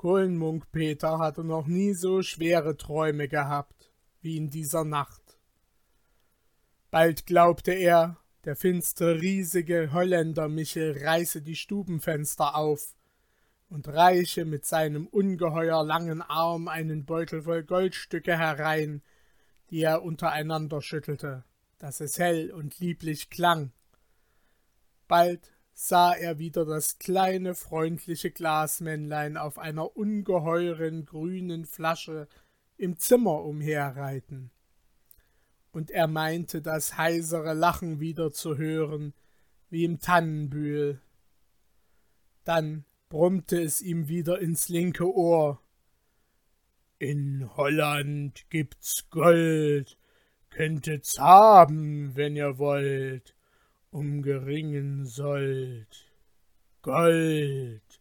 Kohlenmunk Peter hatte noch nie so schwere Träume gehabt wie in dieser Nacht. Bald glaubte er, der finstere, riesige Holländer Michel reiße die Stubenfenster auf und reiche mit seinem ungeheuer langen Arm einen Beutel voll Goldstücke herein, die er untereinander schüttelte, dass es hell und lieblich klang. Bald sah er wieder das kleine, freundliche Glasmännlein auf einer ungeheuren grünen Flasche im Zimmer umherreiten. Und er meinte, das heisere Lachen wieder zu hören, wie im Tannenbühl. Dann brummte es ihm wieder ins linke Ohr. »In Holland gibt's Gold, könntet's haben, wenn ihr wollt, um geringen Sold. Gold,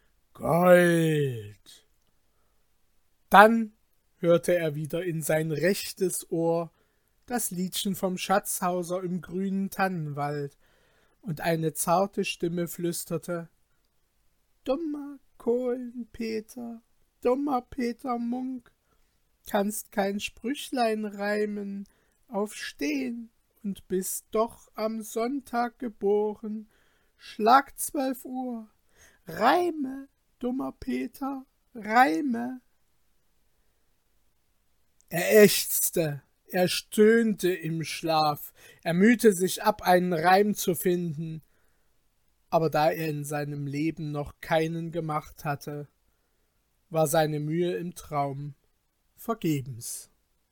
Gold.« Dann hörte er wieder in sein rechtes Ohr das Liedchen vom Schatzhauser im grünen Tannenwald, und eine zarte Stimme flüsterte: »Dummer Kohlenpeter, dummer Peter Munk, kannst kein Sprüchlein reimen, aufstehen und bist doch am Sonntag geboren. Schlag 12 Uhr, reime, dummer Peter, reime.« Er ächzte, er stöhnte im Schlaf, er mühte sich ab, einen Reim zu finden, aber da er in seinem Leben noch keinen gemacht hatte, war seine Mühe im Traum vergebens.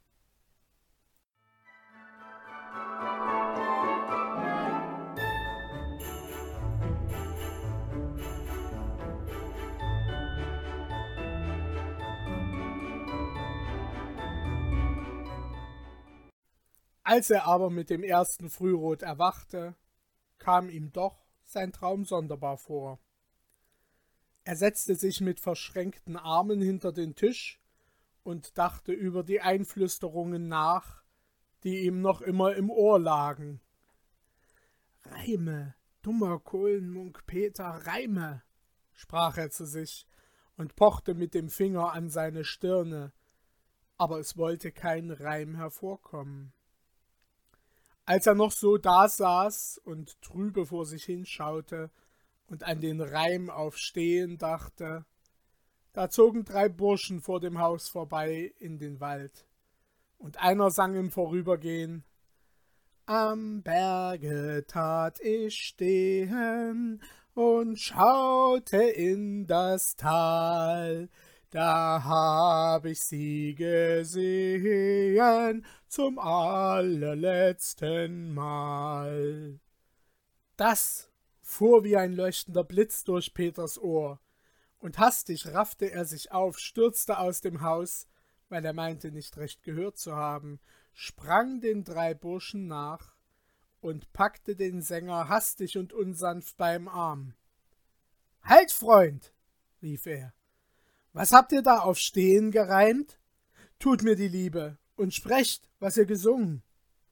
Als er aber mit dem ersten Frührot erwachte, kam ihm doch sein Traum sonderbar vor. Er setzte sich mit verschränkten Armen hinter den Tisch und dachte über die Einflüsterungen nach, die ihm noch immer im Ohr lagen. »Reime, dummer Kohlenmunk Peter, reime«, sprach er zu sich und pochte mit dem Finger an seine Stirne, aber es wollte kein Reim hervorkommen. Als er noch so dasaß und trübe vor sich hinschaute und an den Reim auf Stehen dachte, da zogen 3 Burschen vor dem Haus vorbei in den Wald, und einer sang im Vorübergehen: »Am Berge tat ich stehen und schaute in das Tal, da hab ich sie gesehen zum allerletzten Mal.« Das fuhr wie ein leuchtender Blitz durch Peters Ohr, und hastig raffte er sich auf, stürzte aus dem Haus, weil er meinte, nicht recht gehört zu haben, sprang den 3 Burschen nach und packte den Sänger hastig und unsanft beim Arm. »Halt, Freund«, rief er, »was habt ihr da auf Stehen gereimt? Tut mir die Liebe und sprecht, was ihr gesungen.«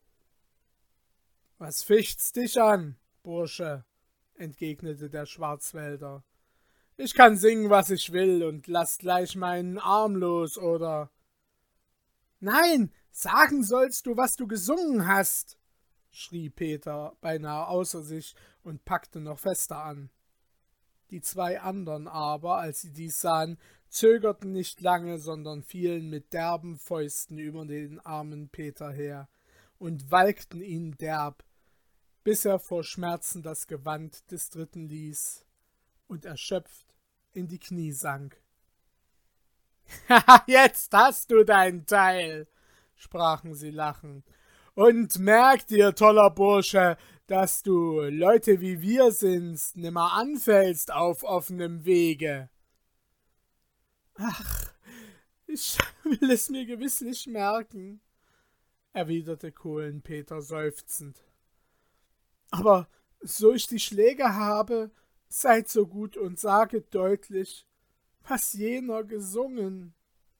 »Was ficht's dich an, Bursche?«, entgegnete der Schwarzwälder. »Ich kann singen, was ich will, und lass gleich meinen Arm los, oder?« »Nein, sagen sollst du, was du gesungen hast«, schrie Peter beinahe außer sich und packte noch fester an. Die 2 andern aber, als sie dies sahen, zögerten nicht lange, sondern fielen mit derben Fäusten über den armen Peter her und walkten ihn derb, bis er vor Schmerzen das Gewand des Dritten ließ und erschöpft in die Knie sank. »Haha, jetzt hast du dein Teil«, sprachen sie lachend, »und merk dir, toller Bursche, dass du Leute wie wir sindst, nimmer anfällst auf offenem Wege.« »Ach, ich will es mir gewisslich merken«, erwiderte Kohlenpeter seufzend. »Aber so ich die Schläge habe, seid so gut und saget deutlich, was jener gesungen.«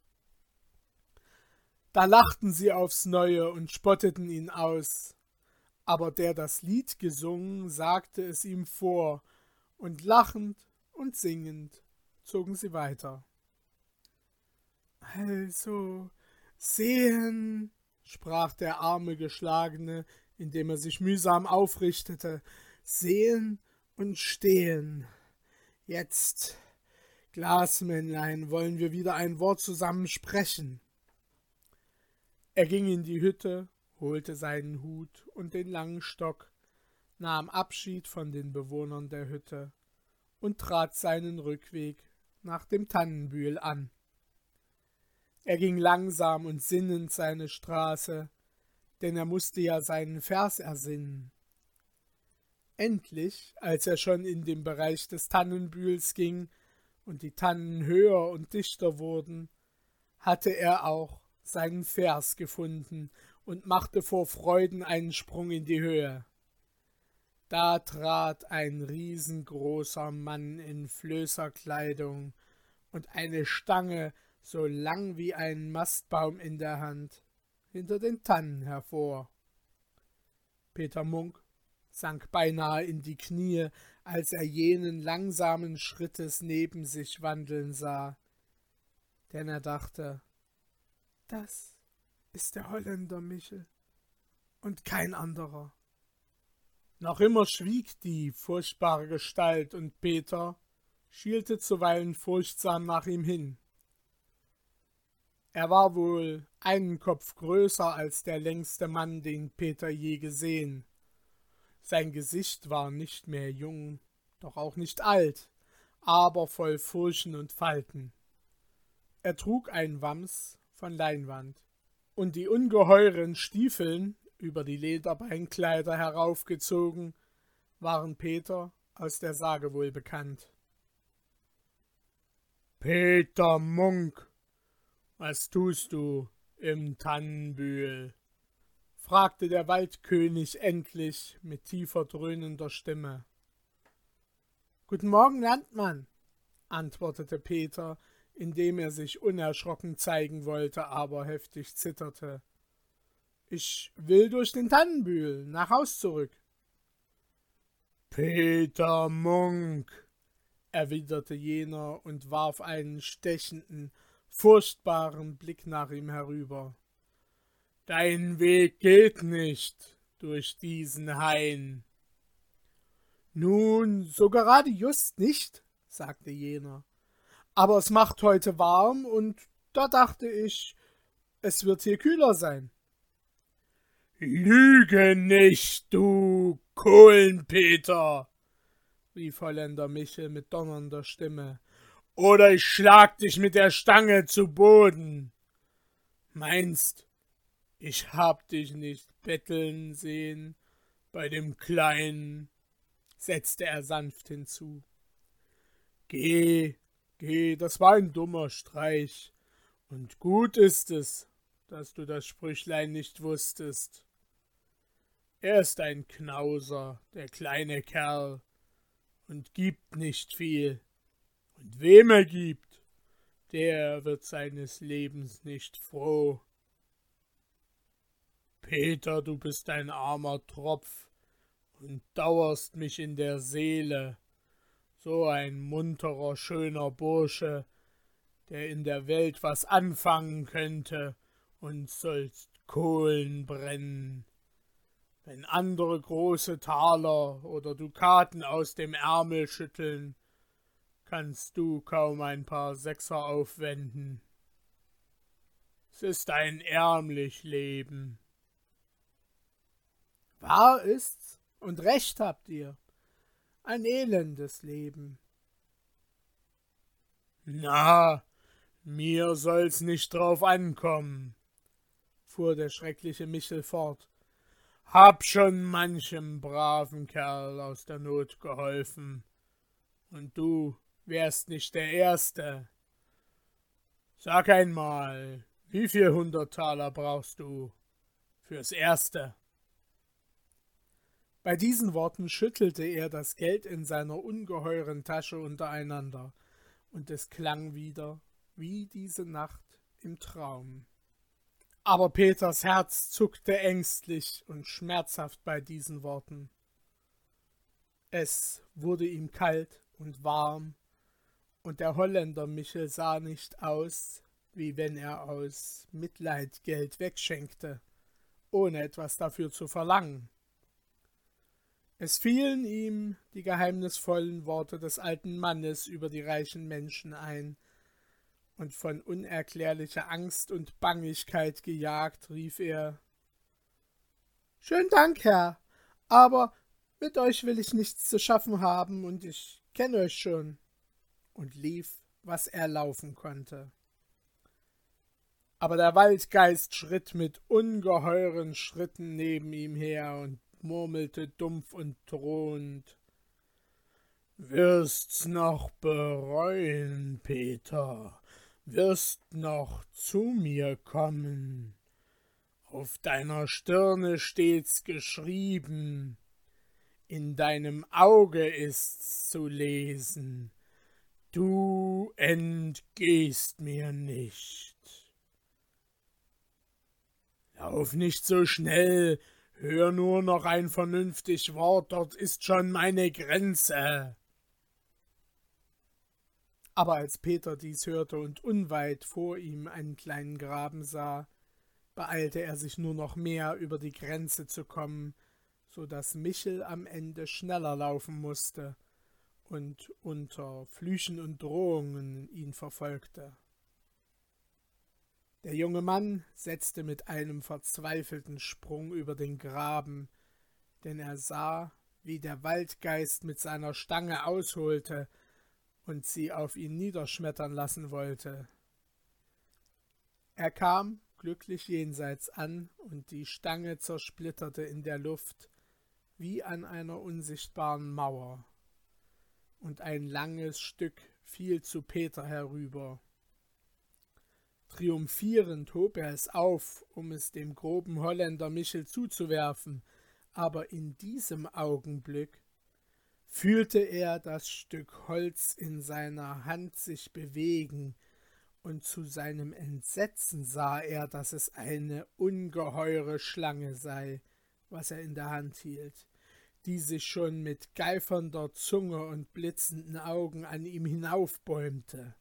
Da lachten sie aufs Neue und spotteten ihn aus. Aber der das Lied gesungen, sagte es ihm vor, und lachend und singend zogen sie weiter. Also, sehen, sprach der arme Geschlagene, indem er sich mühsam aufrichtete, sehen und stehen. Jetzt, Glasmännlein, wollen wir wieder ein Wort zusammen sprechen. Er ging in die Hütte, holte seinen Hut und den langen Stock, nahm Abschied von den Bewohnern der Hütte und trat seinen Rückweg nach dem Tannenbühl an. Er ging langsam und sinnend seine Straße, denn er musste ja seinen Vers ersinnen. Endlich, als er schon in den Bereich des Tannenbühls ging und die Tannen höher und dichter wurden, hatte er auch seinen Vers gefunden und machte vor Freuden einen Sprung in die Höhe. Da trat ein riesengroßer Mann in Flößerkleidung und eine Stange so lang wie ein Mastbaum in der Hand hinter den Tannen hervor. Peter Munk sank beinahe in die Knie, als er jenen langsamen Schrittes neben sich wandeln sah, denn er dachte, das ist der Holländer Michel und kein anderer. Noch immer schwieg die furchtbare Gestalt, und Peter schielte zuweilen furchtsam nach ihm hin. Er war wohl einen Kopf größer als der längste Mann, den Peter je gesehen. Sein Gesicht war nicht mehr jung, doch auch nicht alt, aber voll Furchen und Falten. Er trug ein Wams von Leinwand, und die ungeheuren Stiefeln, über die Lederbeinkleider heraufgezogen, waren Peter aus der Sage wohl bekannt. »Peter Munk, was tust du im Tannenbühl?« fragte der Waldkönig endlich mit tiefer dröhnender Stimme. »Guten Morgen, Landmann«, antwortete Peter, indem er sich unerschrocken zeigen wollte, aber heftig zitterte. »Ich will durch den Tannenbühl nach Haus zurück.« »Peter Munk«, erwiderte jener und warf einen stechenden, furchtbaren Blick nach ihm herüber. »Dein Weg geht nicht durch diesen Hain.« »Nun, so gerade just nicht«, sagte jener, »aber es macht heute warm, und da dachte ich, es wird hier kühler sein.« »Lüge nicht, du Kohlenpeter«, rief Holländer Michel mit donnernder Stimme, »oder ich schlag dich mit der Stange zu Boden. Meinst, ich hab dich nicht betteln sehen bei dem Kleinen«, setzte er sanft hinzu. »Geh, das war ein dummer Streich, und gut ist es, dass du das Sprüchlein nicht wusstest. Er ist ein Knauser, der kleine Kerl, und gibt nicht viel, und wem er gibt, der wird seines Lebens nicht froh. Peter, du bist ein armer Tropf und dauerst mich in der Seele, so ein munterer, schöner Bursche, der in der Welt was anfangen könnte, und sollst Kohlen brennen. Wenn andere große Taler oder Dukaten aus dem Ärmel schütteln, kannst du kaum ein paar Sechser aufwenden. Es ist ein ärmlich Leben.« »Wahr ist's, und recht habt ihr. Ein elendes Leben.« »Na, mir soll's nicht drauf ankommen«, fuhr der schreckliche Michel fort. »Hab schon manchem braven Kerl aus der Not geholfen, und du wärst nicht der Erste. Sag einmal, wie viel 100 Taler brauchst du fürs Erste?« Bei diesen Worten schüttelte er das Geld in seiner ungeheuren Tasche untereinander, und es klang wieder wie diese Nacht im Traum. Aber Peters Herz zuckte ängstlich und schmerzhaft bei diesen Worten. Es wurde ihm kalt und warm, und der Holländer Michel sah nicht aus wie wenn er aus Mitleid Geld wegschenkte, ohne etwas dafür zu verlangen. Es fielen ihm die geheimnisvollen Worte des alten Mannes über die reichen Menschen ein, und von unerklärlicher Angst und Bangigkeit gejagt, rief er: »Schönen Dank, Herr, aber mit euch will ich nichts zu schaffen haben, und ich kenne euch schon«, und lief, was er laufen konnte. Aber der Waldgeist schritt mit ungeheuren Schritten neben ihm her und murmelte dumpf und drohend: »Wirst's noch bereuen, Peter, wirst noch zu mir kommen. Auf deiner Stirne steht's geschrieben, in deinem Auge ist's zu lesen, du entgehst mir nicht. Lauf nicht so schnell, hör nur noch ein vernünftig Wort, dort ist schon meine Grenze.« Aber als Peter dies hörte und unweit vor ihm einen kleinen Graben sah, beeilte er sich nur noch mehr, über die Grenze zu kommen, so daß Michel am Ende schneller laufen mußte und unter Flüchen und Drohungen ihn verfolgte. Der junge Mann setzte mit einem verzweifelten Sprung über den Graben, denn er sah, wie der Waldgeist mit seiner Stange ausholte und sie auf ihn niederschmettern lassen wollte. Er kam glücklich jenseits an, und die Stange zersplitterte in der Luft wie an einer unsichtbaren Mauer, und ein langes Stück fiel zu Peter herüber. Triumphierend hob er es auf, um es dem groben Holländer Michel zuzuwerfen, aber in diesem Augenblick fühlte er das Stück Holz in seiner Hand sich bewegen, und zu seinem Entsetzen sah er, dass es eine ungeheure Schlange sei, was er in der Hand hielt, die sich schon mit geifernder Zunge und blitzenden Augen an ihm hinaufbäumte.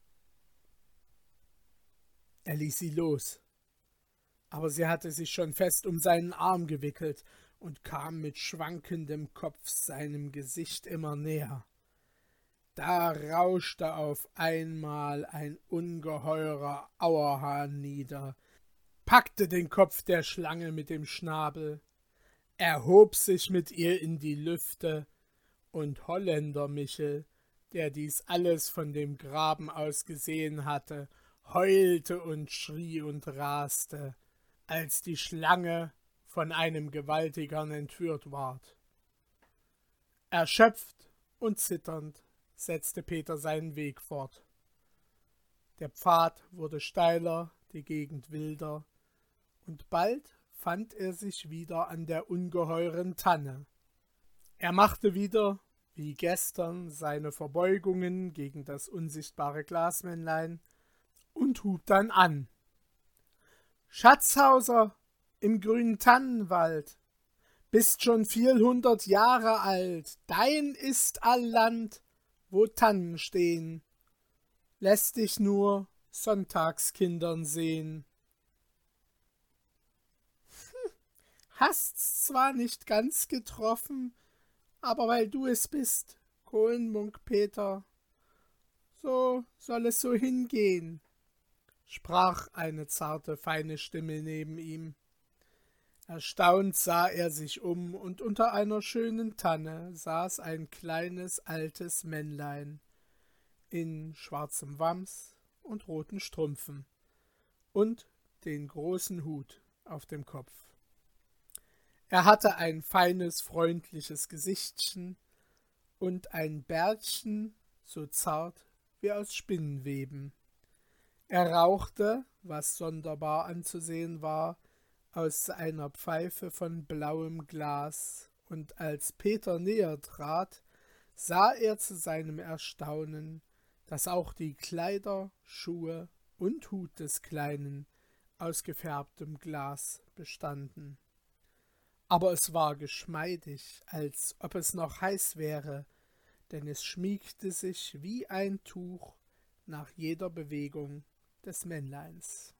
Er ließ sie los, aber sie hatte sich schon fest um seinen Arm gewickelt und kam mit schwankendem Kopf seinem Gesicht immer näher. Da rauschte auf einmal ein ungeheurer Auerhahn nieder, packte den Kopf der Schlange mit dem Schnabel, erhob sich mit ihr in die Lüfte, und Holländer Michel, der dies alles von dem Graben aus gesehen hatte, heulte und schrie und raste, als die Schlange von einem Gewaltigern entführt ward. Erschöpft und zitternd setzte Peter seinen Weg fort. Der Pfad wurde steiler, die Gegend wilder, und bald fand er sich wieder an der ungeheuren Tanne. Er machte wieder, wie gestern, seine Verbeugungen gegen das unsichtbare Glasmännlein und hub dann an: »Schatzhauser im grünen Tannenwald, bist schon 400 Jahre alt, dein ist all Land, wo Tannen stehen, lässt dich nur Sonntagskindern sehen. Hast's zwar nicht ganz getroffen, aber weil du es bist, Kohlenmunk Peter, so soll es so hingehen«, sprach eine zarte, feine Stimme neben ihm. Erstaunt sah er sich um, und unter einer schönen Tanne saß ein kleines, altes Männlein in schwarzem Wams und roten Strümpfen und den großen Hut auf dem Kopf. Er hatte ein feines, freundliches Gesichtchen und ein Bärtchen so zart wie aus Spinnenweben. Er rauchte, was sonderbar anzusehen war, aus einer Pfeife von blauem Glas, und als Peter näher trat, sah er zu seinem Erstaunen, dass auch die Kleider, Schuhe und Hut des Kleinen aus gefärbtem Glas bestanden. Aber es war geschmeidig, als ob es noch heiß wäre, denn es schmiegte sich wie ein Tuch nach jeder Bewegung des Männleins.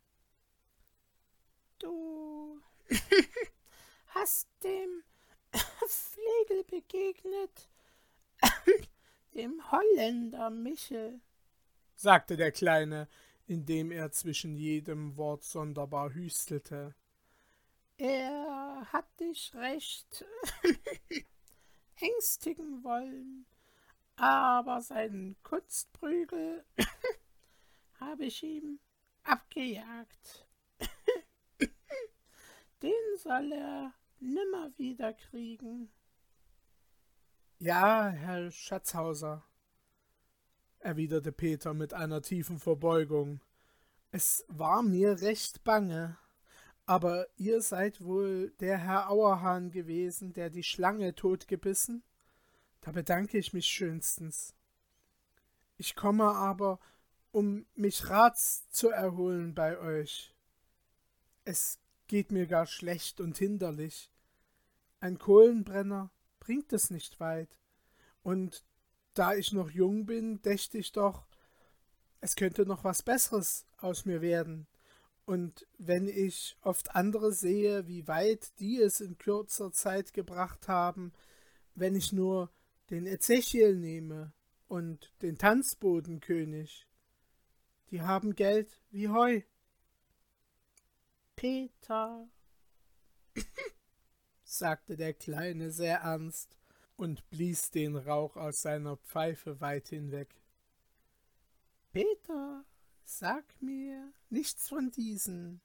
Du hast dem Flegel begegnet, dem Holländer Michel, sagte der Kleine, indem er zwischen jedem Wort sonderbar hüstelte. Er hat dich recht ängstigen wollen, aber seinen Kunstprügel habe ich ihm abgejagt. Den soll er nimmer wieder kriegen. Ja, Herr Schatzhauser, erwiderte Peter mit einer tiefen Verbeugung. Es war mir recht bange, aber ihr seid wohl der Herr Auerhahn gewesen, der die Schlange totgebissen? Da bedanke ich mich schönstens. Ich komme aber, um mich Rats zu erholen bei euch. Es geht mir gar schlecht und hinderlich. Ein Kohlenbrenner bringt es nicht weit. Und da ich noch jung bin, dächte ich doch, es könnte noch was Besseres aus mir werden. Und wenn ich oft andere sehe, wie weit die es in kürzer Zeit gebracht haben, wenn ich nur den Ezechiel nehme und den Tanzbodenkönig, die haben Geld wie Heu. Peter, sagte der Kleine sehr ernst und blies den Rauch aus seiner Pfeife weit hinweg. Peter, sag mir nichts von diesen.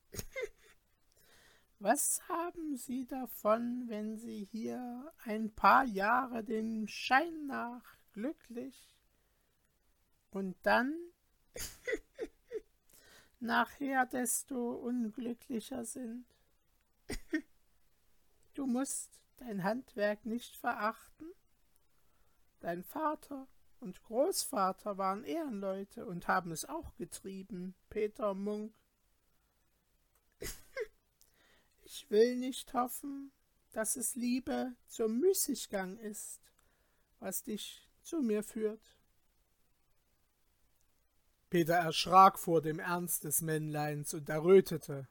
Was haben Sie davon, wenn Sie hier ein paar Jahre dem Schein nach glücklich und dann nachher desto unglücklicher sind? Du musst dein Handwerk nicht verachten. Dein Vater und Großvater waren Ehrenleute und haben es auch getrieben, Peter Munk. Ich will nicht hoffen, dass es Liebe zum Müßiggang ist, was dich zu mir führt. Peter erschrak vor dem Ernst des Männleins und errötete.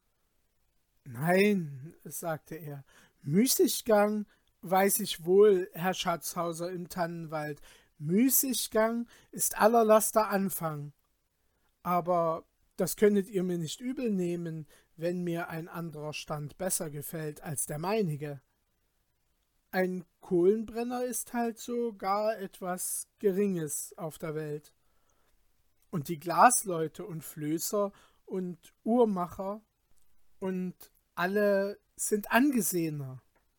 Nein, sagte er, Müßiggang weiß ich wohl, Herr Schatzhauser im Tannenwald. Müßiggang ist aller Laster Anfang. Aber das könnet ihr mir nicht übel nehmen, wenn mir ein anderer Stand besser gefällt als der meinige. Ein Kohlenbrenner ist halt so gar etwas Geringes auf der Welt. Und die Glasleute und Flößer und Uhrmacher und alle sind angesehener.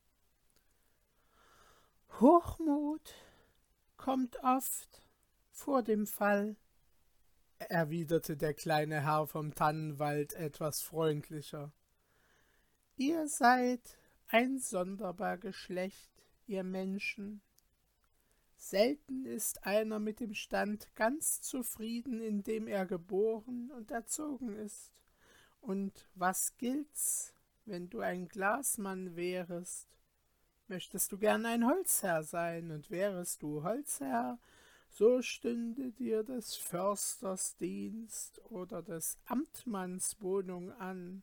Hochmut kommt oft vor dem Fall, erwiderte der kleine Herr vom Tannenwald etwas freundlicher. Ihr seid ein sonderbar Geschlecht, ihr Menschen. Selten ist einer mit dem Stand ganz zufrieden, in dem er geboren und erzogen ist. Und was gilt's, wenn du ein Glasmann wärest? Möchtest du gern ein Holzherr sein, und wärest du Holzherr, so stünde dir des Försters Dienst oder des Amtmanns Wohnung an.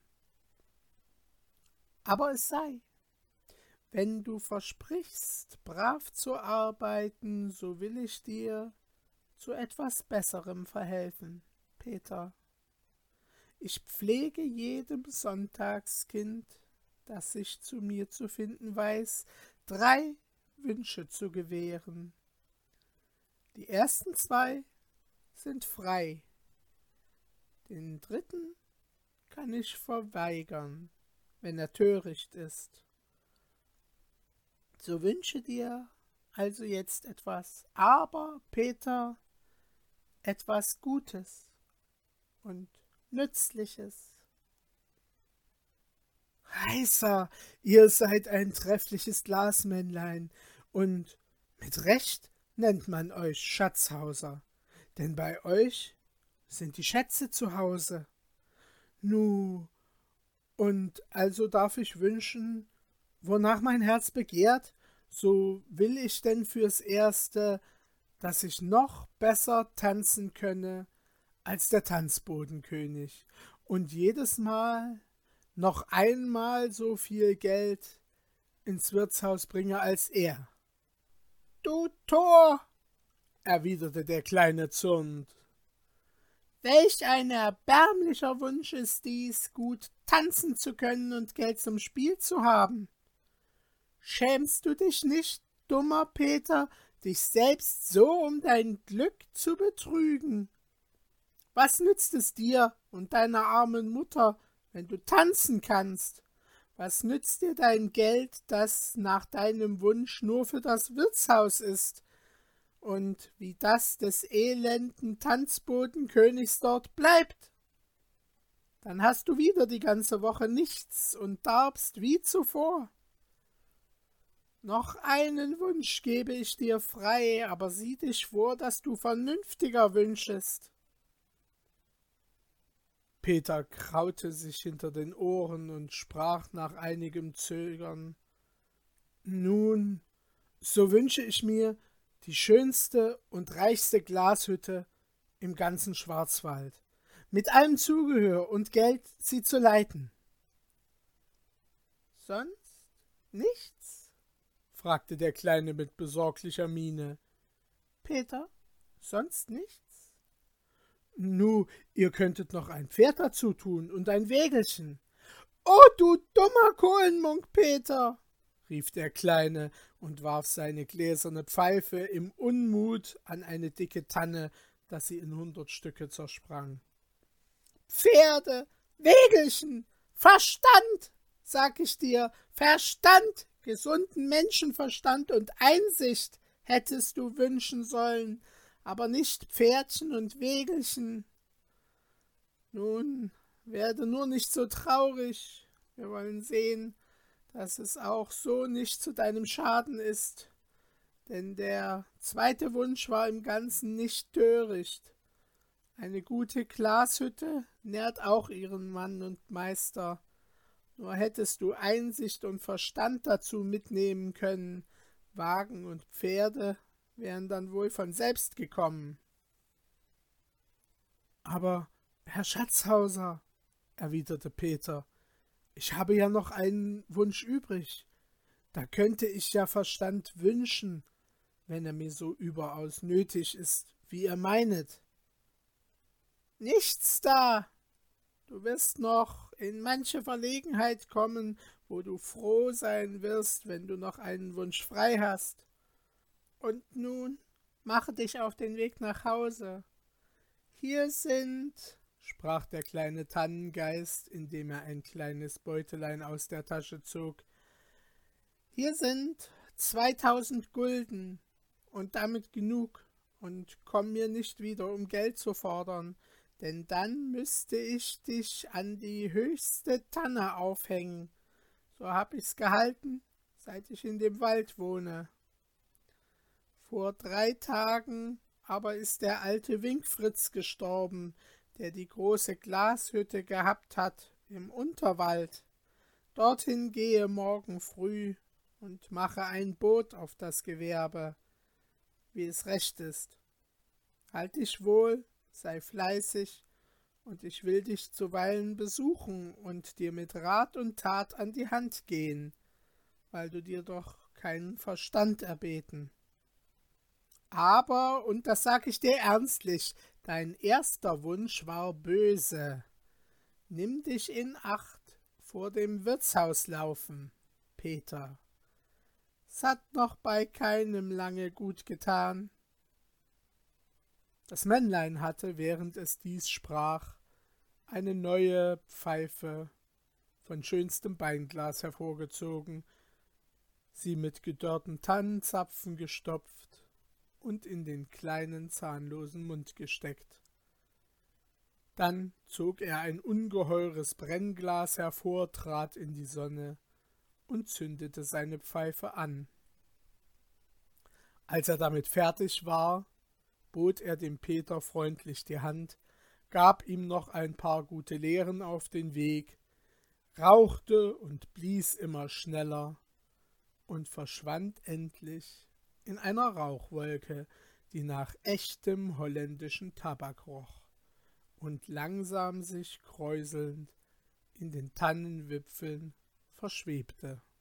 Aber es sei, wenn du versprichst, brav zu arbeiten, so will ich dir zu etwas Besserem verhelfen, Peter. Ich pflege jedem Sonntagskind, das sich zu mir zu finden weiß, 3 Wünsche zu gewähren. Die ersten 2 sind frei, den 3. kann ich verweigern, wenn er töricht ist. So wünsche dir also jetzt etwas, aber, Peter, etwas Gutes und Nützliches. Heißer, ihr seid ein treffliches Glasmännlein, und mit Recht nennt man euch Schatzhauser, denn bei euch sind die Schätze zu Hause. Nu, und also darf ich wünschen, wonach mein Herz begehrt, so will ich denn fürs Erste, dass ich noch besser tanzen könne, als der Tanzbodenkönig und jedes Mal noch einmal so viel Geld ins Wirtshaus bringe als er. »Du Tor«, erwiderte der Kleine zürnend. »Welch ein erbärmlicher Wunsch ist dies, gut tanzen zu können und Geld zum Spiel zu haben. Schämst du dich nicht, dummer Peter, dich selbst so um dein Glück zu betrügen? Was nützt es dir und deiner armen Mutter, wenn du tanzen kannst? Was nützt dir dein Geld, das nach deinem Wunsch nur für das Wirtshaus ist und wie das des elenden Tanzbodenkönigs dort bleibt? Dann hast du wieder die ganze Woche nichts und darbst wie zuvor. Noch einen Wunsch gebe ich dir frei, aber sieh dich vor, dass du vernünftiger wünschest.« Peter kraute sich hinter den Ohren und sprach nach einigem Zögern: »Nun, so wünsche ich mir die schönste und reichste Glashütte im ganzen Schwarzwald, mit allem Zubehör und Geld, sie zu leiten.« »Sonst nichts?« fragte der Kleine mit besorglicher Miene. »Peter, sonst nichts?« »Nu, ihr könntet noch ein Pferd dazu tun und ein Wägelchen.« »Oh, du dummer Kohlenmunk, Peter«, rief der Kleine und warf seine gläserne Pfeife im Unmut an eine dicke Tanne, dass sie in 100 Stücke zersprang. »Pferde, Wägelchen, Verstand, sag ich dir, Verstand, gesunden Menschenverstand und Einsicht hättest du wünschen sollen, aber nicht Pferdchen und Wägelchen. Nun, werde nur nicht so traurig. Wir wollen sehen, dass es auch so nicht zu deinem Schaden ist. Denn der zweite Wunsch war im Ganzen nicht töricht. Eine gute Glashütte nährt auch ihren Mann und Meister. Nur hättest du Einsicht und Verstand dazu mitnehmen können. Wagen und Pferde wären dann wohl von selbst gekommen.« »Aber, Herr Schatzhauser«, erwiderte Peter, »ich habe ja noch einen Wunsch übrig. Da könnte ich ja Verstand wünschen, wenn er mir so überaus nötig ist, wie ihr meinet.« »Nichts da! Du wirst noch in manche Verlegenheit kommen, wo du froh sein wirst, wenn du noch einen Wunsch frei hast. Und nun mache dich auf den Weg nach Hause. Hier sind«, sprach der kleine Tannengeist, indem er ein kleines Beutelein aus der Tasche zog, »hier sind 2000 Gulden und damit genug, und komm mir nicht wieder, um Geld zu fordern, denn dann müsste ich dich an die höchste Tanne aufhängen. So hab ich's gehalten, seit ich in dem Wald wohne. Vor 3 Tagen aber ist der alte Winkfritz gestorben, der die große Glashütte gehabt hat im Unterwald. Dorthin gehe morgen früh und mache ein Boot auf das Gewerbe, wie es recht ist. Halt dich wohl, sei fleißig, und ich will dich zuweilen besuchen und dir mit Rat und Tat an die Hand gehen, weil du dir doch keinen Verstand erbeten. Aber, und das sag ich dir ernstlich, dein erster Wunsch war böse. Nimm dich in Acht vor dem Wirtshauslaufen, Peter. Es hat noch bei keinem lange gut getan.« Das Männlein hatte, während es dies sprach, eine neue Pfeife von schönstem Beinglas hervorgezogen, sie mit gedörrten Tannenzapfen gestopft und in den kleinen zahnlosen Mund gesteckt. Dann zog er ein ungeheures Brennglas hervor, trat in die Sonne und zündete seine Pfeife an. Als er damit fertig war, bot er dem Peter freundlich die Hand, gab ihm noch ein paar gute Lehren auf den Weg, rauchte und blies immer schneller und verschwand endlich in einer Rauchwolke, die nach echtem holländischen Tabak roch und langsam sich kräuselnd in den Tannenwipfeln verschwebte.